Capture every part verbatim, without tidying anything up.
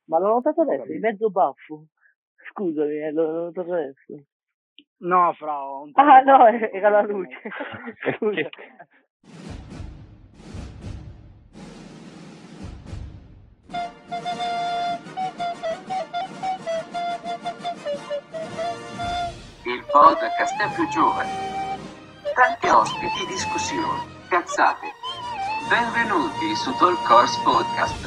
Ma l'ho notato Ho adesso, in capito. mezzo baffo. Scusami, eh, l'ho l'ho notato adesso. No, fra, ho un Ah, taglio no, basso, un po' era la grande luce. nel... Scusa. Il podcast è più giovane. Tanti ospiti, discussioni, cazzate. Benvenuti su Talk Course Podcast.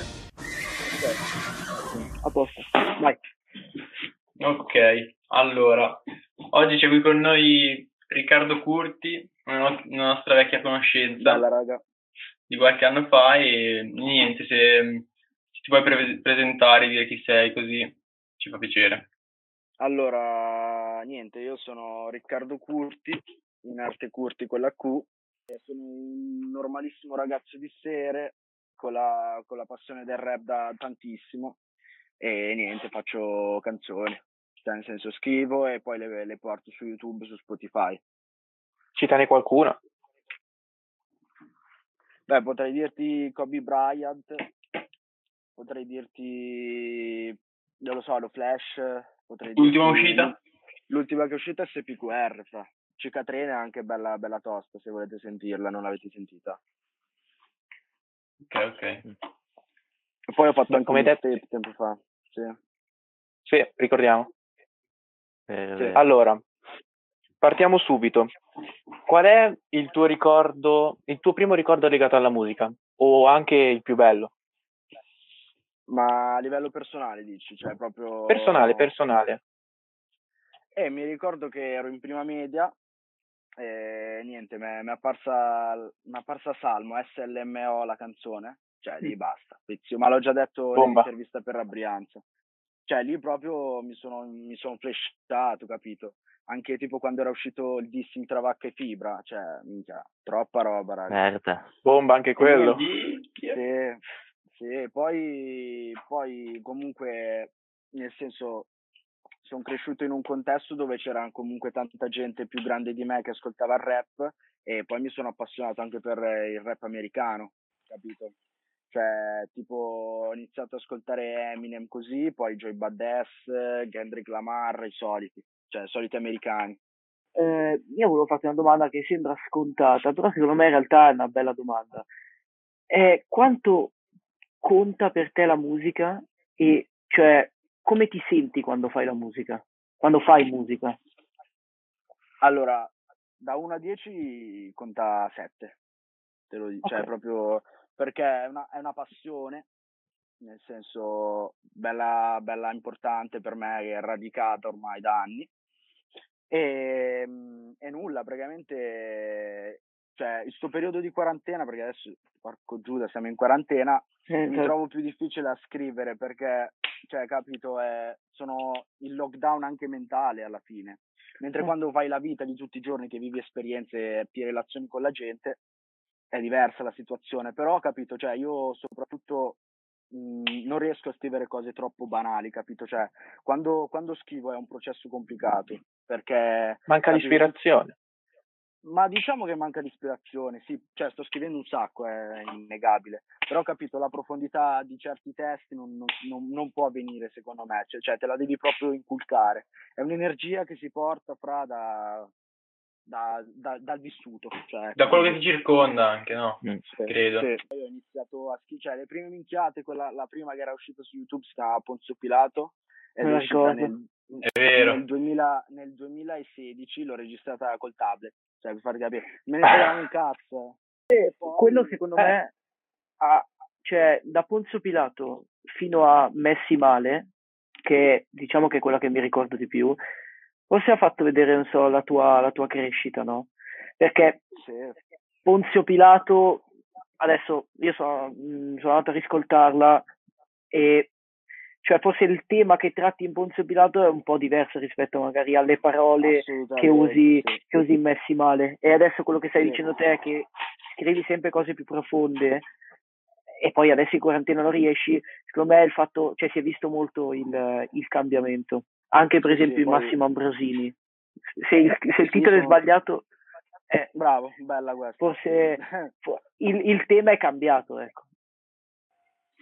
A posto, vai. Ok, allora, oggi c'è qui con noi Riccardo Curti, una, no- una nostra vecchia conoscenza Bella, raga. di qualche anno fa e niente, se, se ti vuoi pre- presentare, dire chi sei, così ci fa piacere. Allora, niente, io sono Riccardo Curti, in arte Curti con la Q, e sono un normalissimo ragazzo di Sere, con la, con la passione del rap da tantissimo, e niente, faccio canzoni, cioè nel senso scrivo e poi le, le porto su YouTube, su Spotify. Citane qualcuno. Beh, potrei dirti Kobe Bryant, potrei dirti, non lo so, lo Flash, potrei L'ultima dirti... uscita? L'ultima che è uscita è S P Q R, fra. Cicatrene è anche bella, bella tosta, se volete sentirla, non l'avete sentita. Ok, ok. E poi ho fatto Beh, anche come un hai detto- mixtape tempo fa. Sì. Sì, ricordiamo. Eh, Sì. Allora, partiamo subito. Qual è il tuo ricordo, il tuo primo ricordo legato alla musica? O anche il più bello? Ma a livello personale dici, cioè proprio... Personale, personale. Eh, mi ricordo che ero in prima media e niente, mi è apparsa, m'è apparsa Salmo, S L M O la canzone, cioè lì basta, pezzo, ma l'ho già detto Bomba. nell'intervista per la Brianza. Cioè lì proprio mi sono, mi sono flashato, capito? Anche tipo quando era uscito il dissing tra Vacca e Fibra, cioè, minchia, troppa roba, raga. Merda. Bomba anche quello. Minchia. Sì, sì, poi, poi comunque, nel senso, sono cresciuto in un contesto dove c'era comunque tanta gente più grande di me che ascoltava il rap e poi mi sono appassionato anche per il rap americano, capito? Cioè, tipo, ho iniziato ad ascoltare Eminem così, poi Joey Badass, Kendrick Lamar, i soliti, cioè, i soliti americani. Eh, io volevo farti una domanda che sembra scontata, però secondo me in realtà è una bella domanda. Eh, quanto conta per te la musica e cioè come ti senti quando fai la musica? Quando fai musica? Allora, da uno a dieci conta sette, te lo dico, cioè Ok. proprio perché è una, è una passione, nel senso bella, bella importante per me, che è radicata ormai da anni. E, mm, e nulla, praticamente, cioè, il suo periodo di quarantena, perché adesso, porco Giuda, siamo in quarantena, Eh, mi cioè, trovo più difficile a scrivere perché, cioè, capito, è, sono in lockdown anche mentale alla fine. Mentre eh, quando fai la vita di tutti i giorni, che vivi esperienze e ti relazioni con la gente, è diversa la situazione. Però, capito, cioè, io soprattutto mh, non riesco a scrivere cose troppo banali, capito? Cioè, quando, quando scrivo è un processo complicato, perché... Manca capito, l'ispirazione. ma diciamo che manca di ispirazione, sì, cioè sto scrivendo un sacco, è innegabile, però ho capito, la profondità di certi testi non, non, non, non può avvenire secondo me, cioè, cioè te la devi proprio inculcare, è un'energia che si porta fra da, da, da, dal vissuto. Cioè, Da quello che quindi, ti circonda anche, no? mm. sì, Credo. sì. Poi ho iniziato a scrivere, cioè le prime minchiate, quella, la prima che era uscita su YouTube si chiamava Ponzio Pilato, ed Me è la uscita ricordo. nel, È vero. nel, duemila, nel duemilasedici, l'ho registrata col tablet, cioè per farvi capire, me ne fregava un cazzo. E poi, Quello secondo Eh. me ha, cioè da Ponzio Pilato fino a Messi Male, che diciamo che è quella che mi ricordo di più, forse ha fatto vedere, non so, la tua, la tua crescita, no? Perché sì, Ponzio Pilato, adesso io sono, mh, sono andato a riscoltarla e cioè forse il tema che tratti in Ponzio Pilato è un po' diverso rispetto magari alle parole che assolutamente, usi, sì. che usi in Messi Male. E adesso quello che stai Sì. dicendo te è che scrivi sempre cose più profonde e poi adesso in quarantena non riesci, secondo me il fatto, cioè si è visto molto il, il cambiamento. Anche per Sì, esempio sì, in poi- Massimo Ambrosini. Se il, se il Sì, titolo è sono- sbagliato, eh, Bravo, bella questa. forse fo- il, il tema è cambiato, ecco.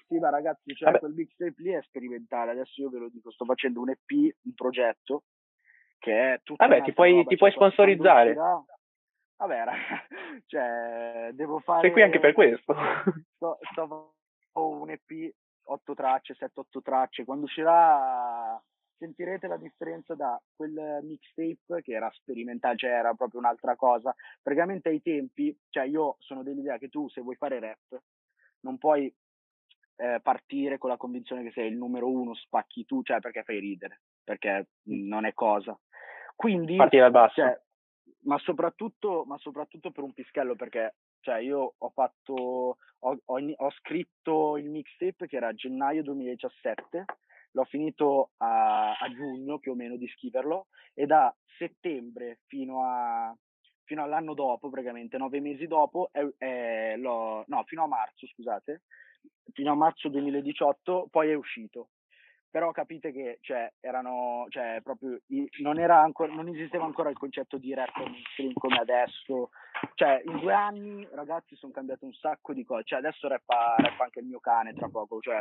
sì, ma ragazzi, cioè, Vabbè. quel mixtape lì è sperimentale. Adesso io ve lo dico, sto facendo un E P, un progetto, che è tutta Vabbè, ti un'altra puoi, roba. ti Cioè, puoi quando sponsorizzare. uscirà... Vabbè, raga, cioè, devo fare... Sei qui anche per questo. Sto, sto ho un E P, otto tracce, sette otto tracce. Quando uscirà sentirete la differenza da quel mixtape che era sperimentale, cioè era proprio un'altra cosa. Praticamente ai tempi, cioè io sono dell'idea che tu, se vuoi fare rap, non puoi eh, partire con la convinzione che sei il numero uno, spacchi tu, cioè perché fai ridere, perché non è cosa. Quindi, Parti dal basso. cioè, ma soprattutto, ma soprattutto per un pischello, perché cioè io ho fatto, ho, ho, ho scritto il mixtape che era a gennaio duemiladiciassette, l'ho finito a, a giugno più o meno di scriverlo, e da settembre fino a fino all'anno dopo, praticamente nove mesi dopo, è, è, l'ho, no, fino a marzo, scusate, fino a marzo duemiladiciotto, poi è uscito. Però capite che cioè, erano, cioè, proprio, non, era ancora, non esisteva ancora il concetto di rap mainstream come adesso. Cioè, in due anni, ragazzi, sono cambiate un sacco di cose. Cioè, adesso rappa, rappa anche il mio cane tra poco. Cioè.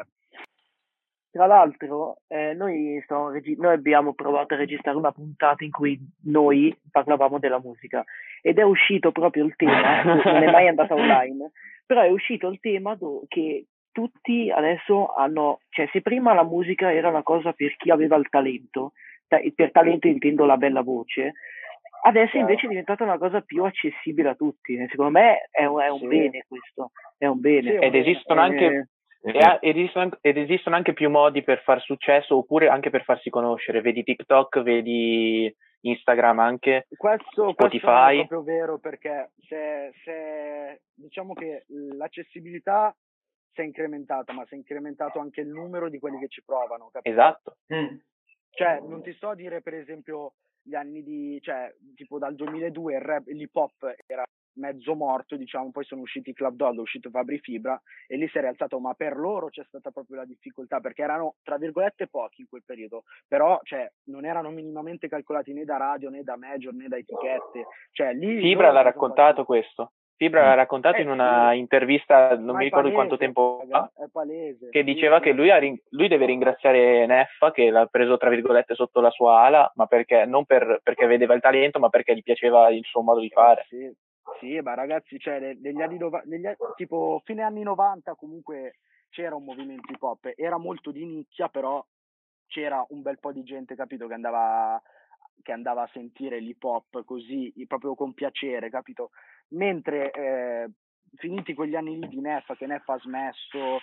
Tra l'altro, eh, noi, stiamo regi- noi abbiamo provato a registrare una puntata in cui noi parlavamo della musica ed è uscito proprio il tema, non è mai andata online, però è uscito il tema do- che tutti adesso hanno, cioè se prima la musica era una cosa per chi aveva il talento, ta- per talento intendo la bella voce, adesso invece è diventata una cosa più accessibile a tutti, e secondo me è un, è un Sì. bene questo, è un bene. Sì, Ed esistono Eh, anche e ha- ed esistono, ed esistono anche più modi per far successo oppure anche per farsi conoscere. Vedi TikTok, vedi Instagram anche, Questo, questo non è Spotify. proprio vero, perché se, se diciamo che l'accessibilità si è incrementata, ma si è incrementato anche il numero di quelli che ci provano, capito? Esatto. Mm. Cioè, non ti sto a dire, per esempio, gli anni di, cioè, tipo dal duemiladue il rap, l'hip hop era mezzo morto, diciamo, poi sono usciti i Club Dog, è uscito Fabri Fibra e lì si è rialzato, ma per loro c'è stata proprio la difficoltà, perché erano, tra virgolette, pochi in quel periodo, però, cioè, non erano minimamente calcolati né da radio, né da major, né da etichette, cioè, lì... Fibra loro l'ha cosa raccontato facevano? questo. Fibra l'ha raccontato Eh, in una sì. intervista, non Ma mi è ricordo di quanto palese, tempo raga, fa, è palese. che Sì, diceva sì. che lui, ha rin- lui deve ringraziare Neffa che l'ha preso tra virgolette sotto la sua ala, ma perché non per- perché vedeva il talento, ma perché gli piaceva il suo modo di fare. Sì, sì, ma ragazzi, cioè, ne- negli anni nova- negli a- tipo fine anni novanta comunque c'era un movimento hip hop, era molto di nicchia, però c'era un bel po' di gente, capito, che andava, che andava a sentire l'hip hop così, proprio con piacere, capito? Mentre eh, finiti quegli anni lì di Neffa, che Neffa ha smesso,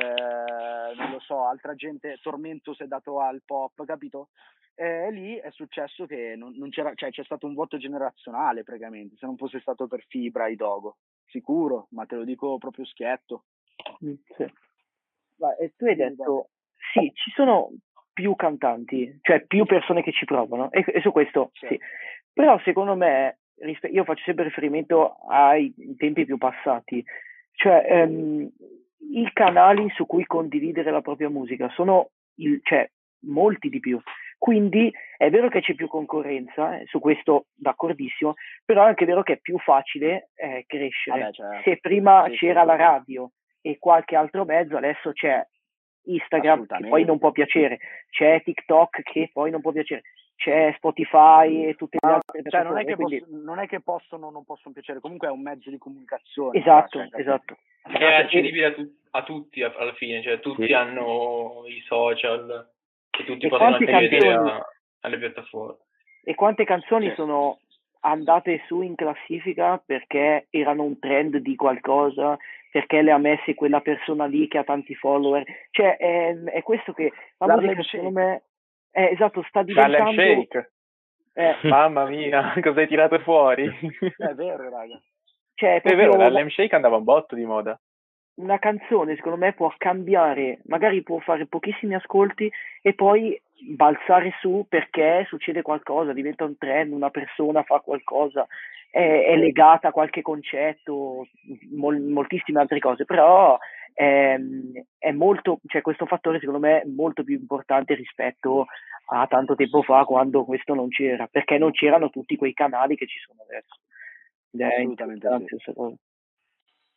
eh, non lo so, altra gente, Tormento si è dato al pop, capito? E lì è successo che non, non c'era, cioè c'è stato un vuoto generazionale praticamente, se non fosse stato per Fibra e Dogo, sicuro, ma te lo dico proprio schietto. Mm, sì. Ma, e tu hai Dimmi, detto, sì, ci sono più cantanti, cioè più persone che ci provano, e, e su questo Sì. sì. Però secondo me, rispe- io faccio sempre riferimento ai tempi più passati, cioè ehm, i canali su cui condividere la propria musica sono il- cioè, molti di più. Quindi è vero che c'è più concorrenza, eh, su questo d'accordissimo, però è anche vero che è più facile eh, crescere. Vabbè, certo. Se prima Sì, c'era sì. la radio e qualche altro mezzo, adesso c'è Instagram che poi non può piacere, c'è TikTok che poi non può piacere, c'è Spotify e tutte le Ma, altre cioè, non è, piattaforme. che Quindi... posso, non è che possono o non possono piacere, comunque è un mezzo di comunicazione. Esatto, cioè, capito? esatto. È accessibile a, tu- a tutti a- alla fine, cioè tutti Sì. hanno i social e tutti E possono quante accedere canzoni- a- alle piattaforme. E quante canzoni Sì. sono andate su in classifica perché erano un trend di qualcosa, perché le ha messe quella persona lì che ha tanti follower. Cioè, è, è questo che la L'Harlem musica, secondo Shake. me, è esatto, sta Harlem diventando... Shake. eh, Mamma mia, cosa hai tirato fuori? È vero, raga. cioè, è È vero, proprio l'Harlem Shake andava un botto di moda. una canzone, secondo me, può cambiare, magari può fare pochissimi ascolti e poi balzare su perché succede qualcosa, diventa un trend, una persona fa qualcosa, è, è legata a qualche concetto, mol- moltissime altre cose, però ehm, è molto, cioè questo fattore secondo me è molto più importante rispetto a tanto tempo fa quando questo non c'era, perché non c'erano tutti quei canali che ci sono adesso. Ed è Assolutamente interessante sì. questa cosa.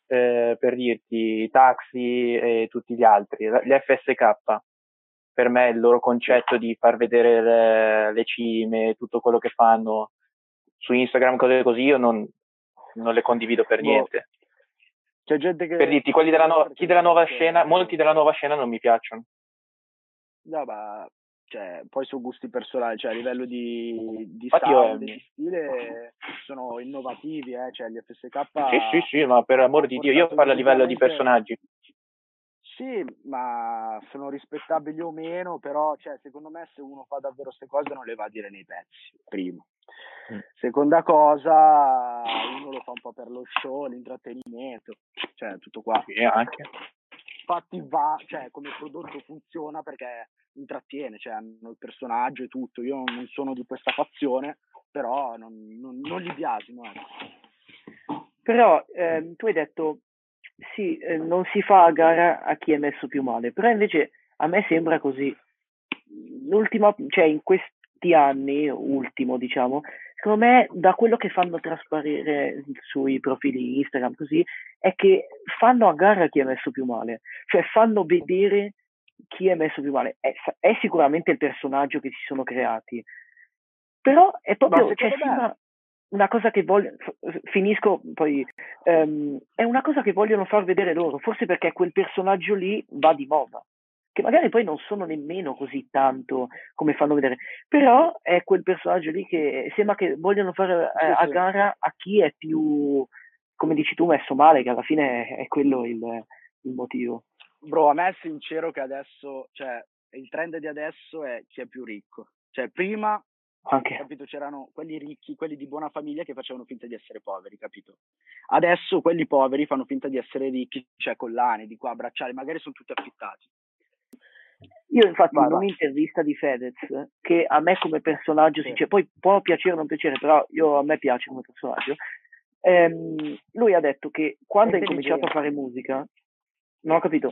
eh, per dirti Taxi e tutti gli altri, gli F S K, per me il loro concetto di far vedere le, le cime, tutto quello che fanno su Instagram, cose così, io non, non le condivido per Boh, niente. c'è gente che... Per dirti, quelli della, no- chi della nuova scena, che- molti della nuova scena non mi piacciono. No, ma cioè, poi sono gusti personali, cioè a livello di, di Infatti io, sound e ehm, di stile sono innovativi, eh, cioè gli F S K Sì, sì, sì, ma per amor di Dio, io portato parlo a livello di indubbiamente- personaggi. Sì, ma sono rispettabili o meno, però cioè, secondo me se uno fa davvero queste cose non le va a dire nei pezzi, primo. Mm. Seconda cosa, uno lo fa un po' per lo show, l'intrattenimento, cioè tutto qua. Sì, anche. Infatti va, cioè come prodotto funziona perché intrattiene, cioè hanno il personaggio e tutto. Io non sono di questa fazione, però non, non, non li biasimo, ecco. Però ehm, tu hai detto sì, eh, non si fa a gara a chi è messo più male, però invece a me sembra così. L'ultima, cioè in questi anni, ultimo diciamo, secondo me da quello che fanno trasparire sui profili Instagram così, è che fanno a gara chi è messo più male, cioè fanno vedere chi è messo più male. È, è sicuramente il personaggio che si sono creati, però è proprio, Ma cioè, secondo me- sembra una cosa che vogliono, finisco poi, ehm, è una cosa che vogliono far vedere loro, forse perché quel personaggio lì va di moda, che magari poi non sono nemmeno così tanto come fanno vedere, però è quel personaggio lì che sembra che vogliono fare eh, Sì, a sì. gara a chi è più, come dici tu, messo male, che alla fine è, è quello il, il motivo. Bro, a me è sincero che adesso, cioè, il trend di adesso è chi è più ricco. Cioè, prima, Anche. capito, c'erano quelli ricchi, quelli di buona famiglia che facevano finta di essere poveri, capito? Adesso quelli poveri fanno finta di essere ricchi, cioè collane, di qua, bracciali, magari sono tutti affittati. Io infatti Vai, in vai. un'intervista di Fedez, che a me come personaggio, Sì. si dice, poi può piacere o non piacere, però io, a me piace come personaggio, ehm, lui ha detto che quando ha incominciato a fare musica, non ho capito.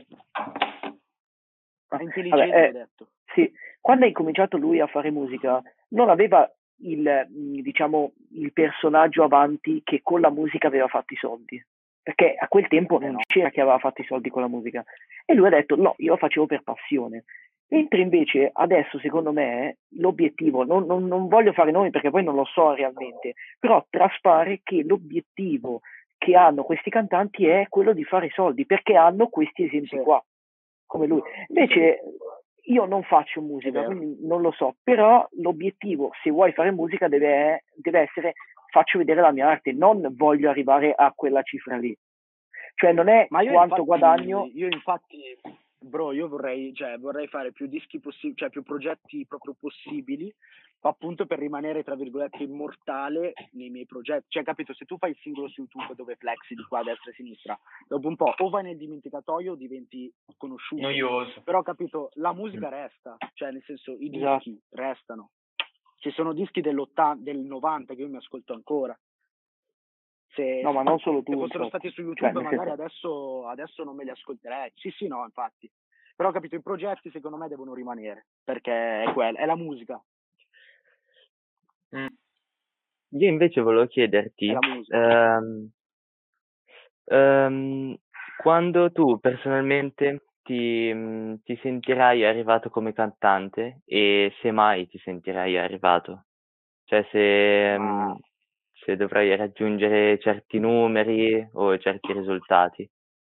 È intelligente, Vabbè, eh, ho detto. sì, quando ha incominciato lui a fare musica, non aveva il, diciamo, il personaggio avanti che con la musica aveva fatto i soldi. Perché a quel tempo non no. c'era chi aveva fatto i soldi con la musica. E lui ha detto: no, io lo facevo per passione. Mentre invece adesso, secondo me, l'obiettivo, non, non, non voglio fare nomi perché poi non lo so realmente, però traspare che l'obiettivo che hanno questi cantanti è quello di fare soldi, perché hanno questi esempi Sì. qua, come lui. Invece io non faccio musica, quindi non lo so, però l'obiettivo, se vuoi fare musica, deve, deve essere faccio vedere la mia arte, non voglio arrivare a quella cifra lì. Cioè non è Ma io quanto infatti, guadagno. Io infatti, bro, io vorrei, cioè, vorrei fare più dischi possibili, cioè più progetti proprio possibili, appunto per rimanere, tra virgolette, immortale nei miei progetti. Cioè, capito, se tu fai il singolo su YouTube dove flexi di qua a destra e a sinistra, dopo un po' o vai nel dimenticatoio o diventi conosciuto. Noioso. Però, capito, la musica resta, cioè nel senso i dischi Esatto. restano. Ci sono dischi dell'ottanta, del novanta che io mi ascolto ancora. Se, No, ma non solo tu, se fossero insomma. stati su YouTube, Cioè, nel magari senso- adesso, adesso non me li ascolterei. Sì, sì, no, infatti. Però, capito, i progetti secondo me devono rimanere, perché è quello, è la musica. Mm. Io invece volevo chiederti, È la musica. ehm, ehm, quando tu personalmente ti, mh, ti sentirai arrivato come cantante e se mai ti sentirai arrivato, cioè se, Ma, mh, se dovrai raggiungere certi numeri o certi risultati.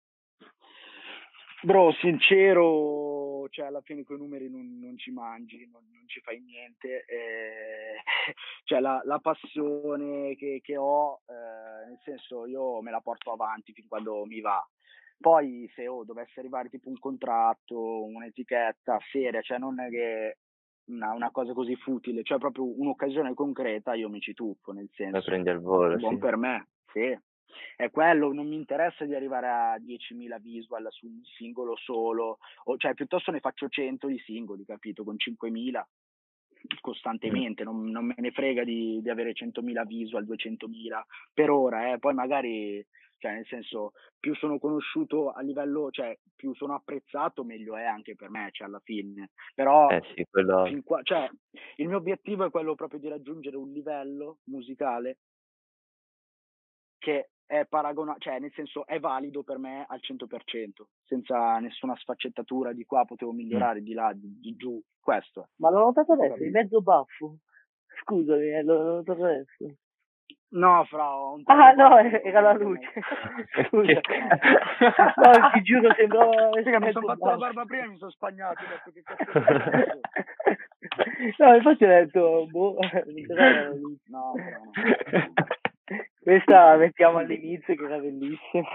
bro, sincero, cioè alla fine quei numeri non, non ci mangi, non, non ci fai niente. Eh, cioè la, la passione che, che ho, eh, nel senso io me la porto avanti fin quando mi va. Poi se oh, dovesse arrivare tipo un contratto, un'etichetta seria, cioè non è che una, una cosa così futile, cioè proprio un'occasione concreta, io mi ci tuffo, nel Poi senso, prendi al volo, buon sì. per me, sì. È quello, non mi interessa di arrivare a diecimila visual su un singolo solo, o, cioè piuttosto ne faccio cento di singoli, capito, con cinquemila costantemente, non, non me ne frega di, di avere centomila visual, duecentomila per ora, eh. Poi magari, cioè nel senso, più sono conosciuto a livello, cioè più sono apprezzato, meglio è anche per me, cioè alla fine. Però Eh sì, quello... fin qua, cioè, il mio obiettivo è quello proprio di raggiungere un livello musicale che è paragonabile, cioè nel senso è valido per me al cento per cento, senza nessuna sfaccettatura di qua potevo migliorare, di là, di, di giù, questo è. Ma l'ho notato Ho adesso, in capito. mezzo baffo. Scusami, eh, l'ho notato adesso. No, fra, ho un Ah, taglio no, basso, era la non- luce. Scusa. No, ti giuro, sembrava... Figa, mi mezzo sono fatto la baffo. barba prima e mi sono spagnato, ho detto che cazzo è successo? No, infatti ho detto, boh, però era la luce. No, fra, no. Questa la mettiamo all'inizio che era bellissima.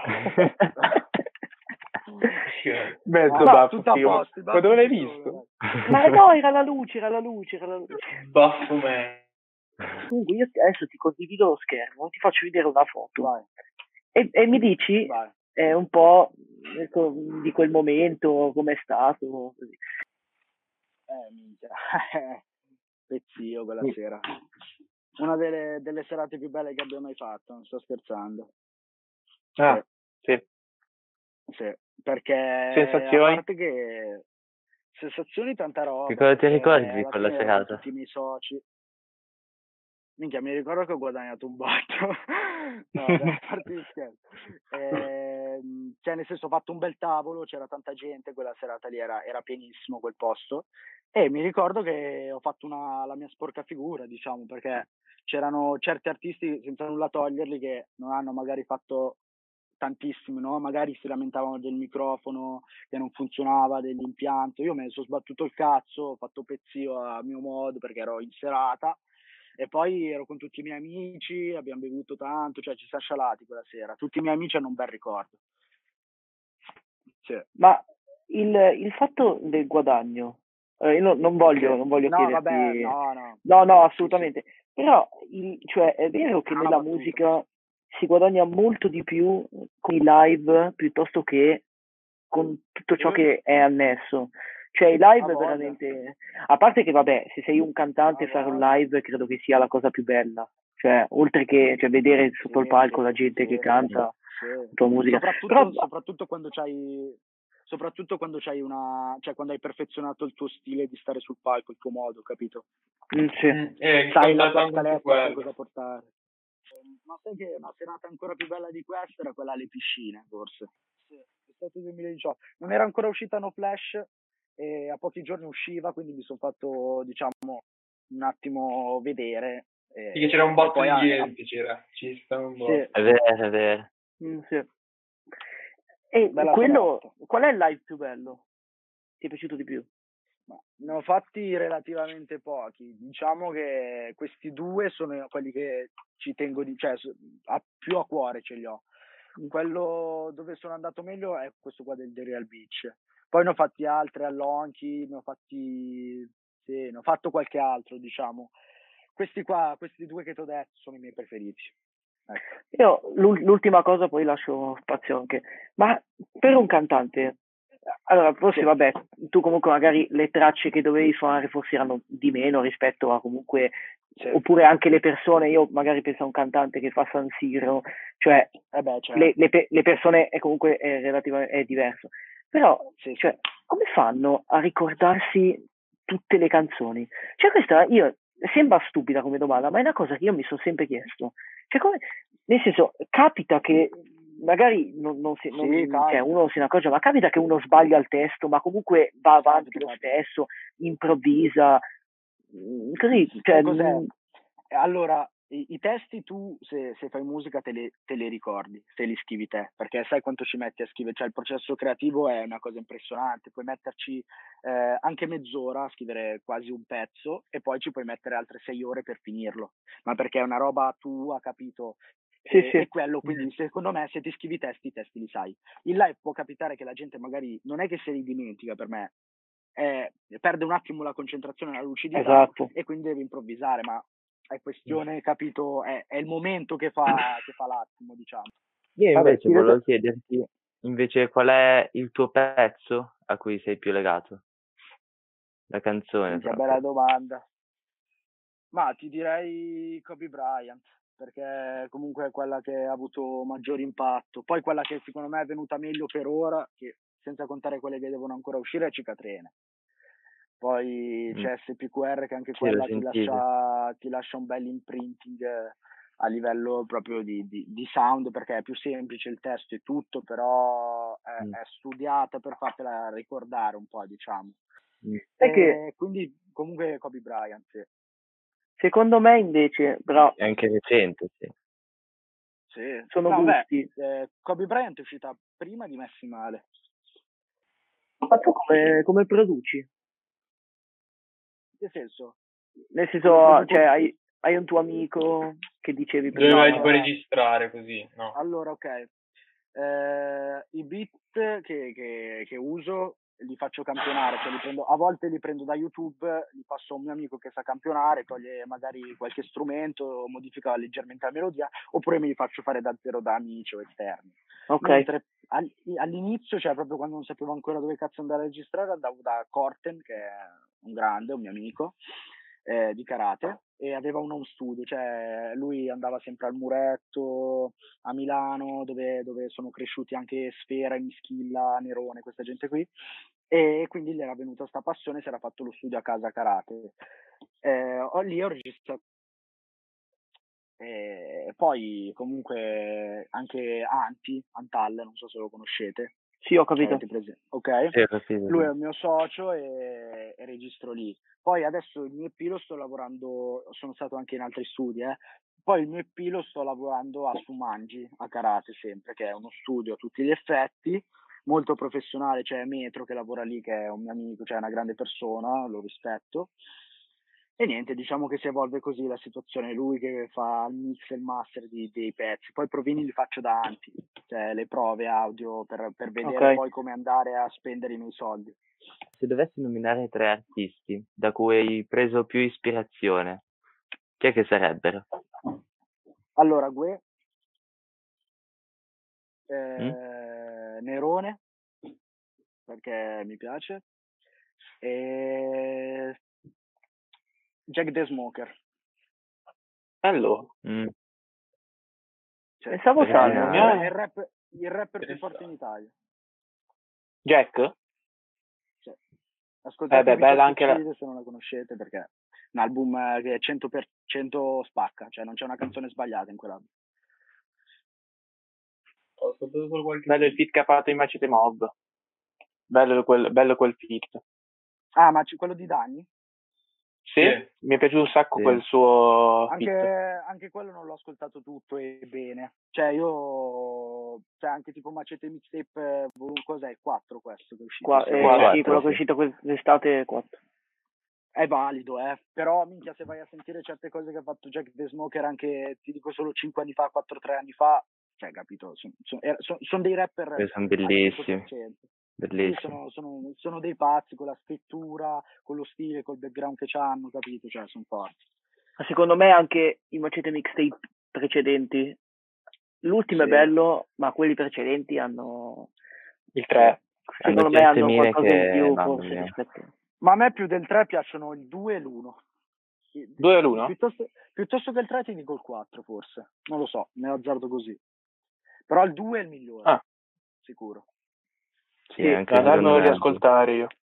Mezzo No, baffo, tutto a figo. posto, i Ma baffi dove l'hai ci sono, visto? Ma no, era la luce, era la luce, era la luce. Baffo me. Comunque io adesso ti condivido lo schermo, ti faccio vedere una foto Vai, e, e mi dici vai. eh, un po' ecco, di quel momento, com'è stato, così. Eh, minchia. Pezzio quella sera. Una delle, delle serate più belle che abbia mai fatto, non sto scherzando. Ah, sì. Sì, perché Sensazioni? a parte che sensazioni tanta roba. Che cosa ti perché ricordi di alla quella fine ero con serata? tutti i miei soci. Minchia, mi ricordo che ho guadagnato un botto. No, dai, a parte gli scherzi. Ehm, cioè, nel senso, ho fatto un bel tavolo, c'era tanta gente, quella serata lì era, era pienissimo quel posto. E mi ricordo che ho fatto una, la mia sporca figura, diciamo, perché c'erano certi artisti, senza nulla toglierli, che non hanno magari fatto tantissimo, no? Magari si lamentavano del microfono che non funzionava, dell'impianto. Io me ne sono sbattuto il cazzo, ho fatto pezzio a mio modo perché ero in serata. E poi ero con tutti i miei amici, abbiamo bevuto tanto, cioè ci siamo scialati quella sera. Tutti i miei amici hanno un bel ricordo. Sì. Ma il, il fatto del guadagno, eh, io non, non voglio, Sì. non voglio No, chiederti... vabbè, no, no. No, no, Sì, assolutamente. Però, il- cioè, è vero che È una nella battuta. musica si guadagna molto di più con i live piuttosto che con tutto ciò Sì. che è annesso. Cioè, i A live voglia. veramente... A parte che, vabbè, se sei un cantante A fare un voglia. live credo che sia la cosa più bella. Cioè, oltre che cioè, vedere sotto il Sì, palco sì, la gente sì, che canta sì. la tua musica. Soprattutto, Però, soprattutto quando c'hai soprattutto quando c'hai una cioè quando hai perfezionato il tuo stile di stare sul palco, il tuo modo, capito? mm, sì. Mm, eh, Sai la conta tua tanto su scaletta, sai quello. cosa portare. Ma sai che una serata ancora più bella di questa era quella alle piscine, forse. Sì, è stato il duemiladiciotto. Non era ancora uscita No Flash e a pochi giorni usciva, quindi mi sono fatto, diciamo, un attimo vedere. E, Sì, che c'era un e botto poi di a- gente, c'era. Ci sta un botto. sì, È vero, è vero. Mm, sì. E bella quello, serata. qual è il live più bello? Ti è piaciuto di più? Ma ne ho fatti relativamente pochi. Diciamo che questi due sono quelli che ci tengo di, cioè s- a, più a cuore ce li ho. Quello dove sono andato meglio è questo qua del The Real Beach. Poi ne ho fatti altri all'Onchi, ne ho fatti, sì, ne ho fatto qualche altro, diciamo. Questi qua, questi due che ti ho detto sono i miei preferiti. Ecco. Io l'ul- l'ultima cosa, poi lascio spazio anche. Ma per un cantante, allora forse Sì. vabbè, tu comunque magari le tracce che dovevi suonare forse erano di meno rispetto a comunque, Sì. oppure anche le persone, io magari penso a un cantante che fa San Siro, cioè Eh beh, certo. le, le pe- le persone è comunque è, relativa- è diverso. Però, Sì, cioè, sì. come fanno a ricordarsi tutte le canzoni? Cioè questa io sembra stupida come domanda, ma è una cosa che io mi sono sempre chiesto. Cioè, come, nel senso, capita che magari non, non si, non, Sì, cioè, capita. uno non se ne accorge, ma capita che uno sbaglia il testo, ma comunque va avanti Capita, lo capita. stesso, improvvisa, mm, così, cioè, Sai cos'è? mm, Allora, i, i testi tu, se, se fai musica, te li, te li ricordi, se li scrivi te, perché sai quanto ci metti a scrivere, cioè il processo creativo è una cosa impressionante, puoi metterci eh, anche mezz'ora a scrivere quasi un pezzo e poi ci puoi mettere altre sei ore per finirlo, ma perché è una roba tua, capito? sì, E, sì. e quello, quindi secondo me se ti scrivi i testi, i testi li sai. In live può capitare che la gente magari, non è che se li dimentica per me, eh, perde un attimo la concentrazione e la lucidità Esatto. e quindi deve improvvisare, ma è questione, capito, è, è il momento che fa, che fa l'attimo, diciamo. Io Vabbè, invece ti volevo vedo- chiederti invece qual è il tuo pezzo a cui sei più legato? La canzone Minchia, proprio. bella domanda. Ma ti direi Kobe Bryant, perché comunque è quella che ha avuto maggior impatto. Poi quella che secondo me è venuta meglio per ora, che senza contare quelle che devono ancora uscire, è Cicatrene. Poi Mm. c'è S P Q R che anche Sì, l'ho quella ti sentito. lascia, ti lascia un bel imprinting a livello proprio di, di, di sound, perché è più semplice il testo e tutto, però è, Mm. è studiata per fartela ricordare un po', diciamo. Mm. Sai E che quindi comunque Kobe Bryant, sì. secondo me invece, però È anche recente, sì. Sì. sono No, beh, gusti. eh, Kobe Bryant è uscita prima di Messi Male. Ma tu come, come produci? Che senso? Nel Come senso, produco? cioè, hai, hai un tuo amico che dicevi prima? Dove vai No, tipo a allora, registrare così? No. allora ok. Eh, I beat che, che, che uso li faccio campionare, cioè li prendo, a volte li prendo da YouTube, li passo a un mio amico che sa campionare, toglie magari qualche strumento, modifica leggermente la melodia, oppure me li faccio fare da zero da amici o esterni. Ok. Mentre all- all'inizio, cioè proprio quando non sapevo ancora dove cazzo andare a registrare, andavo da Corten, che è un grande, un mio amico, eh, di karate, e aveva un home studio, cioè lui andava sempre al Muretto, a Milano, dove, dove sono cresciuti anche Sfera, Mischilla, Nerone, questa gente qui, e quindi gli era venuta sta passione, si era fatto lo studio a casa karate. Eh, ho- lì ho registrato. E poi comunque anche Anti, Antal, non so se lo conoscete. Sì, ho capito. Avete presente? Ok. Sì, ho capito, Lui sì. è il mio socio e, e registro lì. Poi adesso il mio E P lo sto lavorando, sono stato anche in altri studi, eh. Poi il mio E P lo sto lavorando a Sumangi, a Karate sempre, che è uno studio a tutti gli effetti, molto professionale, c'è Metro che lavora lì, che è un mio amico, cioè è una grande persona, lo rispetto. E niente, diciamo che si evolve così la situazione, lui che fa il mix e il master di, dei pezzi, poi i provini li faccio da Anti, cioè le prove audio per, per vedere Ok. poi come andare a spendere i miei soldi. Se dovessi nominare tre artisti da cui hai preso più ispirazione, chi è che sarebbero? Allora, Gue, Mm? eh, Nerone, perché mi piace, e Jack the Smoker. Bello. Mm. Cioè, Pensavo è, Salmo. è- Originale. è il, rap, il rapper più forte in Italia. Jack? Cioè, Eh ascoltate beh, Beat bella of anche la... Suicide se non la conoscete, perché è un album eh, che è cento per cento spacca, cioè non c'è una canzone sbagliata in quell'album. Ho ascoltato solo qualche Bello il feat che ha fatto in Macete Mob. Bello quel, bello quel feat. Ah, ma c'è quello di Dani? Sì, Sì. mi è piaciuto un sacco Sì. quel suo Anche, feat. anche quello non l'ho ascoltato tutto e bene. Cioè io, cioè anche tipo Macete Mixtape, volume- cos'è? quattro questo che è uscito? Qua, Sì, eh, quattro, sì, quello che è sì. uscito quest'estate è quattro. È valido, eh. Però minchia, se vai a sentire certe cose che ha fatto Jack the Smoker anche, ti dico, solo cinque anni fa, quattro tre anni fa, cioè, capito? Sono son, son, son dei rapper Sono al bellissimi, cento per cento. Sì, bellissimi. sono, sono, sono dei pazzi con la scrittura, con lo stile, col background che hanno, capito? Cioè, sono forti. Ma secondo me anche i Macete Mixtape precedenti, l'ultimo Sì. è bello, ma quelli precedenti hanno, Il tre. secondo Hanno me certe hanno mine qualcosa in che, più mamma forse mia. rispetto. Ma a me più del tre piacciono il due e l'uno. due all'uno? Piuttosto, piuttosto che il tre ti dico il quattro forse, non lo so, ne azzardo così. Però il due è il migliore, Ah, sicuro. Sì, Sì, anche da secondo andarmelo me. a riascoltare io.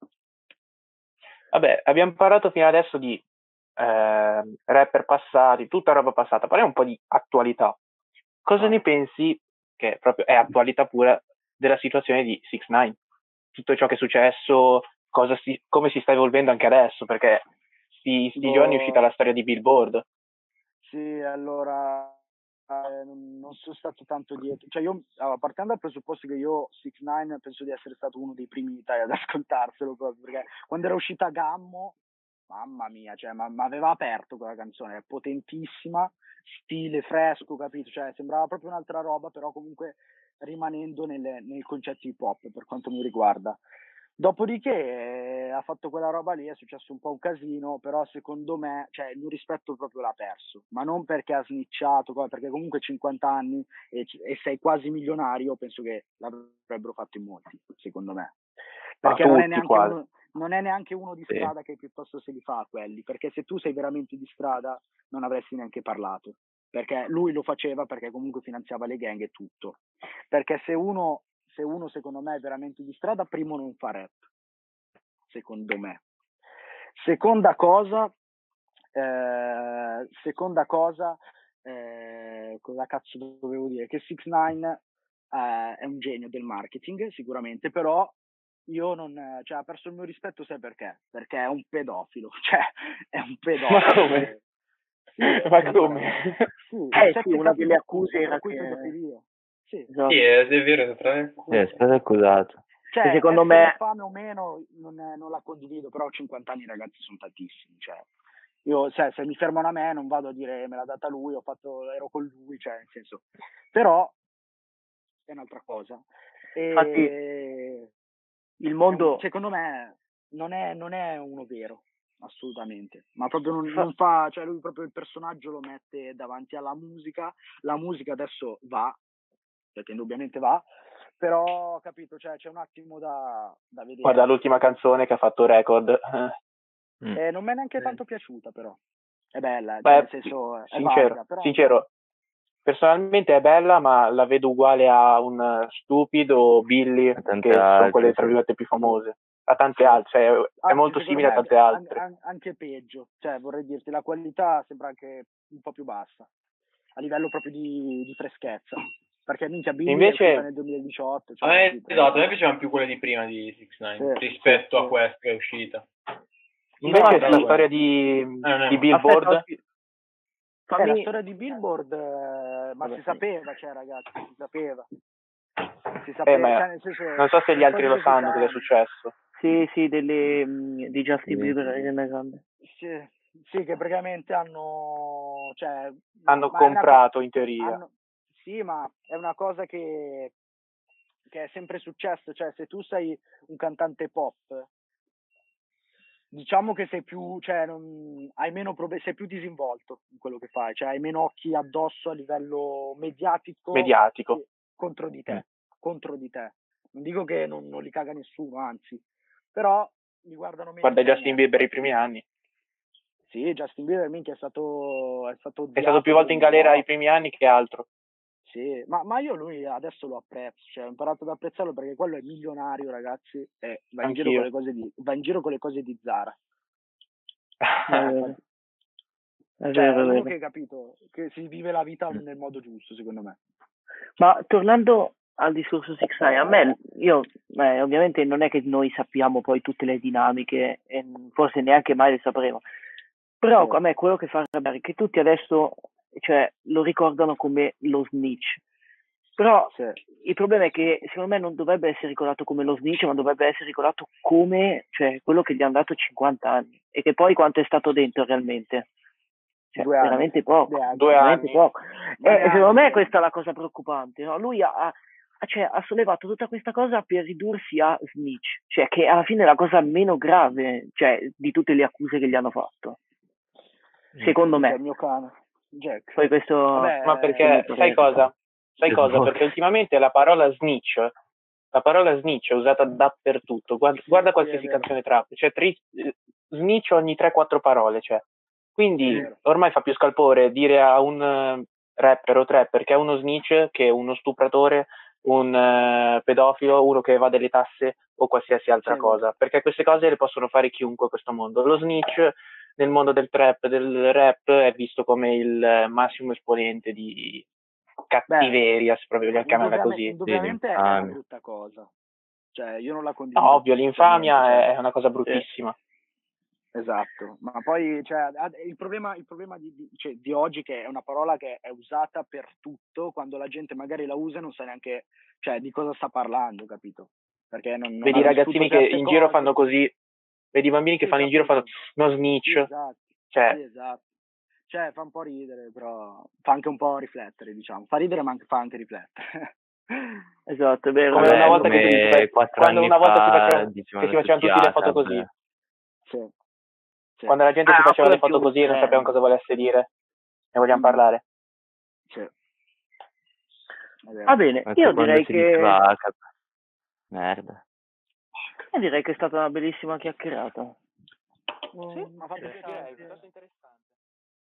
Vabbè, abbiamo parlato fino adesso di eh, rapper passati, tutta roba passata, parliamo un po' di attualità. Cosa Ah. ne pensi, che proprio è attualità pura, della situazione di sei nine? Tutto ciò che è successo, cosa si, come si sta evolvendo anche adesso, perché sti, sti Boh. giorni è uscita la storia di Billboard. Sì, allora eh, non, non sono stato tanto dietro, cioè io, allora, partendo dal presupposto che io sei nine penso di essere stato uno dei primi in Italia ad ascoltarselo proprio, perché quando era uscita Gammo, mamma mia, cioè mi aveva aperto quella canzone, è potentissima, stile fresco, capito? Cioè sembrava proprio un'altra roba, però comunque rimanendo nelle, nei concetti hip hop per quanto mi riguarda. Dopodiché eh, ha fatto quella roba lì, è successo un po' un casino, però secondo me, cioè, il mio rispetto proprio l'ha perso, ma non perché ha snitchato, perché comunque cinquanta anni e, e sei quasi milionario, penso che l'avrebbero fatto in molti, secondo me. Perché Ah, non, è tutti neanche quasi. uno, non è neanche uno di Sì. strada che piuttosto se li fa quelli, perché se tu sei veramente di strada non avresti neanche parlato, perché lui lo faceva perché comunque finanziava le gang e tutto. Perché se uno se uno secondo me è veramente di strada, primo non fa rap, secondo me. Seconda cosa, eh, seconda cosa eh, cosa cazzo dovevo dire? Che six nine eh, è un genio del marketing, sicuramente, però io non, cioè, ha perso il mio rispetto, sai perché? Perché è un pedofilo, cioè, è un pedofilo. Ma come? Sì, è Ma un- come? Sì, Eh sette sì, una capi delle di accuse era tra cui che... pedofilia. Sì. Esatto. Sì, è, è vero, tra le Eh, è stato accusato. Cioè, secondo essere me- fame o meno non, non la condivido, però cinquanta anni, ragazzi, sono tantissimi. Cioè, io, sai, se mi fermano a me, non vado a dire me l'ha data lui, ho fatto, ero con lui, cioè, nel senso. Però è un'altra cosa. E Infatti, il mondo... secondo me non è, non è uno vero, assolutamente, ma proprio non, Fa- non fa, cioè lui proprio il personaggio lo mette davanti alla musica, la musica adesso va, perché indubbiamente va, però capito, cioè c'è un attimo da, da vedere. Guarda l'ultima canzone che ha fatto record. Mm. Eh, non mi è neanche tanto piaciuta, però è bella, cioè, Beh, nel senso è sincero, valida, però sincero, personalmente è bella, ma la vedo uguale a un Stupid o Billy, A tante che sono altre, quelle tra sì. virgolette più famose. A tante altre, cioè, è Anzi, molto secondo simile a me tante an- altre. an- anche peggio, cioè vorrei dirti, la qualità sembra anche un po' più bassa, a livello proprio di, di freschezza, perché minchia Billy Invece- è uscita nel duemiladiciotto, cioè, A me, capito? esatto, a me piacevano più quelle di prima di six nine Sì, rispetto sì, a sì. questa che è uscita. Invece No, la sì. storia di, Eh, no, di no. Billboard, Aspetta, sì. Eh, fammi... la storia di Billboard, eh, ma Vabbè, si sì. sapeva, cioè ragazzi, si sapeva, si eh, sapeva, ma cioè, nel senso, non so se gli le altri cose lo che si sanno cosa è sanno. successo. Sì, sì, delle, mh, di Justin Sì, Bieber sì. Ariana Grande. Sì, sì, che praticamente hanno, cioè, Hanno ma è una co- comprato in teoria. hanno- sì, ma è una cosa che, che è sempre successo, cioè se tu sei un cantante pop, diciamo che sei più, cioè, non, hai meno problemi, sei più disinvolto in quello che fai, cioè hai meno occhi addosso a livello mediatico, Mediatico. che- contro di te, Mm. contro di te. Non dico che non, non li caga nessuno, anzi, però li guardano meno Guarda in Justin maniera. Bieber i primi anni. Sì, Justin Bieber minchia è stato è stato È stato più odiato volte in come galera no. i primi anni che altro. Sì, ma, ma io lui adesso lo apprezzo, cioè ho imparato ad apprezzarlo perché quello è milionario, ragazzi, e va in giro Anch'io. con le cose di va in giro con le cose di Zara. È vero, è Cioè, vero, è è uno vero. che capito che si vive la vita Mm. nel modo giusto, secondo me. Ma tornando al discorso six nine, a me, io, eh, ovviamente non è che noi sappiamo poi tutte le dinamiche e forse neanche mai le sapremo, però Sì. a me quello che fa arrabbiare è che tutti adesso, cioè, lo ricordano come lo snitch, però Sì. il problema è che secondo me non dovrebbe essere ricordato come lo snitch, ma dovrebbe essere ricordato come, cioè, quello che gli hanno dato cinquanta anni e che poi quanto è stato dentro realmente. Cioè, Due anni. veramente poco, Due anni. Due veramente anni. poco. Ma E neanche secondo me due questa è anni. la cosa preoccupante, no? Lui ha, ha- cioè, ha sollevato tutta questa cosa per ridursi a snitch, cioè che alla fine è la cosa meno grave, cioè, di tutte le accuse che gli hanno fatto. Secondo Minchia, me. il mio cane, Jack. Poi questo... Vabbè, Ma eh, perché, sai cosa? Sai Che cosa? sbocca. Perché ultimamente la parola snitch, la parola snitch è usata dappertutto. Guarda, guarda qualsiasi è vero. canzone trap, c'è tri- snitch ogni tre quattro parole, cioè. Quindi È vero. ormai fa più scalpore dire a un eh, rapper o trapper che è uno snitch che uno stupratore, un eh, pedofilo, uno che evade le tasse o qualsiasi altra Sì, è vero. cosa, perché queste cose le possono fare chiunque a questo mondo. Lo snitch nel mondo del trap, del rap, è visto come il massimo esponente di cattiveria, se proprio vogliamo chiamarla Indubbiamente, così. indubbiamente Sì, è una l'infamia. brutta cosa. Cioè, io non la condivido. No, ovvio, l'infamia assolutamente, cioè. è una cosa bruttissima. Esatto, ma poi cioè, ad- il problema, il problema di, di- cioè, di oggi che è una parola che è usata per tutto, quando la gente magari la usa e non sa neanche cioè, di cosa sta parlando, capito? Perché non, non Vedi ha i ragazzini vissuto che certe in giro cose. fanno così, vedi i bambini che Sì, fanno in giro fanno capito. no Sì, snitch, esatto, cioè sì, esatto. Cioè, fa un po' ridere, però fa anche un po' riflettere, diciamo. Fa ridere, ma anche- fa anche riflettere. Esatto, è vero. come Vabbè, una volta che si, come quattro quando anni una volta si fa facevano, che dicevano si facevano tutti tutti le foto ASAP. così, Sì, sì, quando la gente Ah, si faceva quello le è più foto così e non sapevano estremo. cosa volesse dire, ne vogliamo Mm. parlare. sì. È vero. Va bene, Anche io quando direi si che... diceva ASAP. Merda. io direi che è stata una bellissima chiacchierata. Sì, mi ha fatto Direi, piacere. piuttosto interessante.